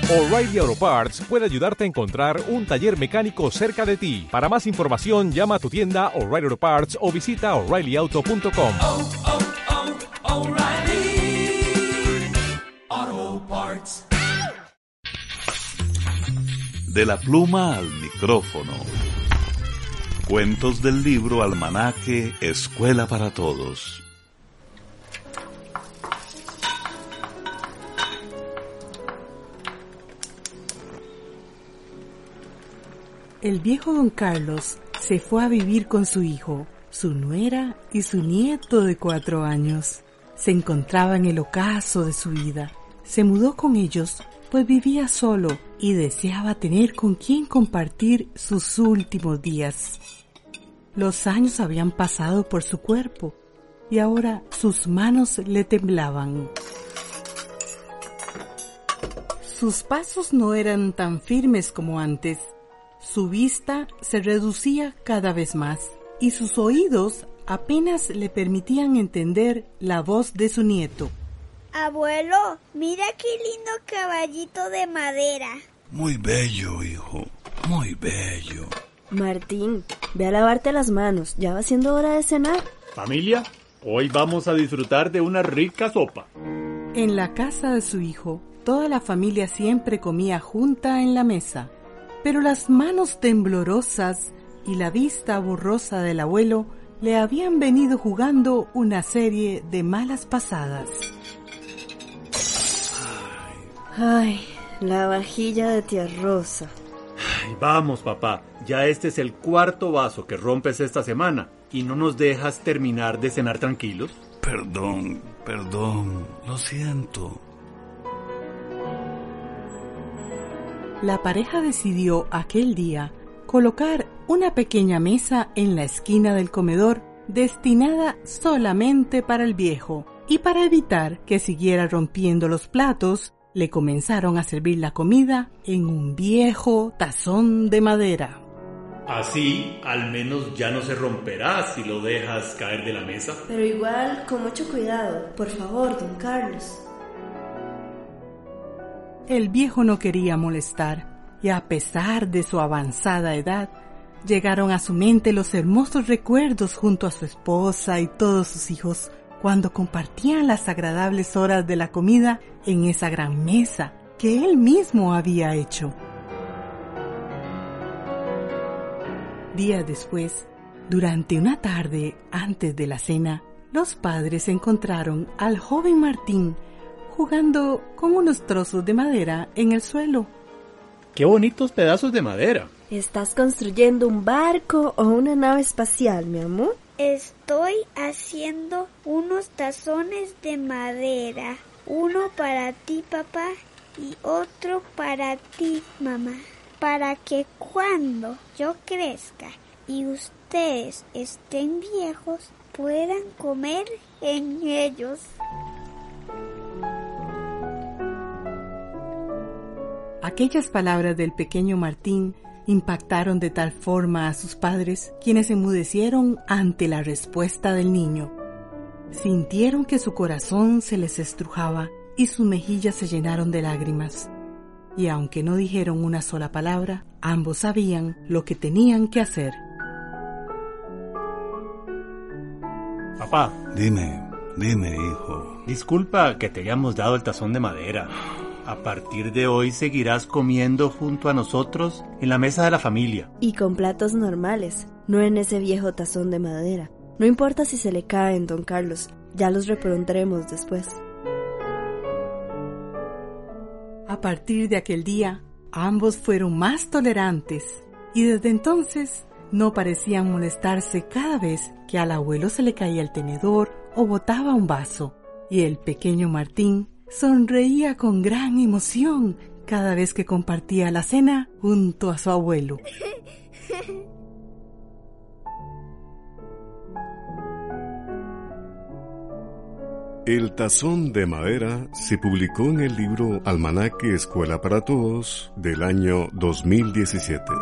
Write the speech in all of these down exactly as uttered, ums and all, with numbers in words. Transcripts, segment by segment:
O'Reilly Auto Parts puede ayudarte a encontrar un taller mecánico cerca de ti. Para más información, llama a tu tienda O'Reilly Auto Parts o visita O'Reilly Auto punto com. Oh, oh, oh, O'Reilly Auto Parts. De la pluma al micrófono. Cuentos del libro Almanaque Escuela para Todos. El viejo don Carlos se fue a vivir con su hijo, su nuera y su nieto de cuatro años. Se encontraba en el ocaso de su vida. Se mudó con ellos, pues vivía solo y deseaba tener con quien compartir sus últimos días. Los años habían pasado por su cuerpo y ahora sus manos le temblaban. Sus pasos no eran tan firmes como antes. Su vista se reducía cada vez más y sus oídos apenas le permitían entender la voz de su nieto. Abuelo, mira qué lindo caballito de madera. Muy bello, hijo, muy bello. Martín, ve a lavarte las manos, ya va siendo hora de cenar. Familia, hoy vamos a disfrutar de una rica sopa. En la casa de su hijo, toda la familia siempre comía junta en la mesa. Pero las manos temblorosas y la vista borrosa del abuelo le habían venido jugando una serie de malas pasadas. Ay, la vajilla de tía Rosa. Ay, vamos, papá, ya este es el cuarto vaso que rompes esta semana y no nos dejas terminar de cenar tranquilos. Perdón, perdón, lo siento. La pareja decidió aquel día colocar una pequeña mesa en la esquina del comedor destinada solamente para el viejo, y para evitar que siguiera rompiendo los platos, le comenzaron a servir la comida en un viejo tazón de madera. Así, al menos ya no se romperá si lo dejas caer de la mesa. Pero igual, con mucho cuidado, por favor, don Carlos. El viejo no quería molestar, y a pesar de su avanzada edad, llegaron a su mente los hermosos recuerdos junto a su esposa y todos sus hijos, cuando compartían las agradables horas de la comida en esa gran mesa que él mismo había hecho. Días después, durante una tarde antes de la cena, los padres encontraron al joven Martín jugando con unos trozos de madera en el suelo. ¡Qué bonitos pedazos de madera! ¿Estás construyendo un barco o una nave espacial, mi amor? Estoy haciendo unos tazones de madera. Uno para ti, papá, y otro para ti, mamá. Para que cuando yo crezca y ustedes estén viejos, puedan comer en ellos. Aquellas palabras del pequeño Martín impactaron de tal forma a sus padres, quienes enmudecieron ante la respuesta del niño. Sintieron que su corazón se les estrujaba y sus mejillas se llenaron de lágrimas. Y aunque no dijeron una sola palabra, ambos sabían lo que tenían que hacer. Papá. Dime, dime, hijo. Disculpa que te hayamos dado el tazón de madera. A partir de hoy seguirás comiendo junto a nosotros en la mesa de la familia. Y con platos normales, no en ese viejo tazón de madera. No importa si se le caen, don Carlos, ya los repondremos después. A partir de aquel día, ambos fueron más tolerantes y desde entonces no parecían molestarse cada vez que al abuelo se le caía el tenedor o botaba un vaso, y el pequeño Martín sonreía con gran emoción cada vez que compartía la cena junto a su abuelo. El tazón de madera se publicó en el libro Almanaque Escuela para Todos del año dos mil diecisiete.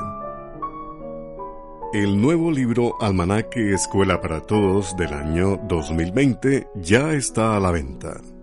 El nuevo libro Almanaque Escuela para Todos del año dos mil veinte ya está a la venta.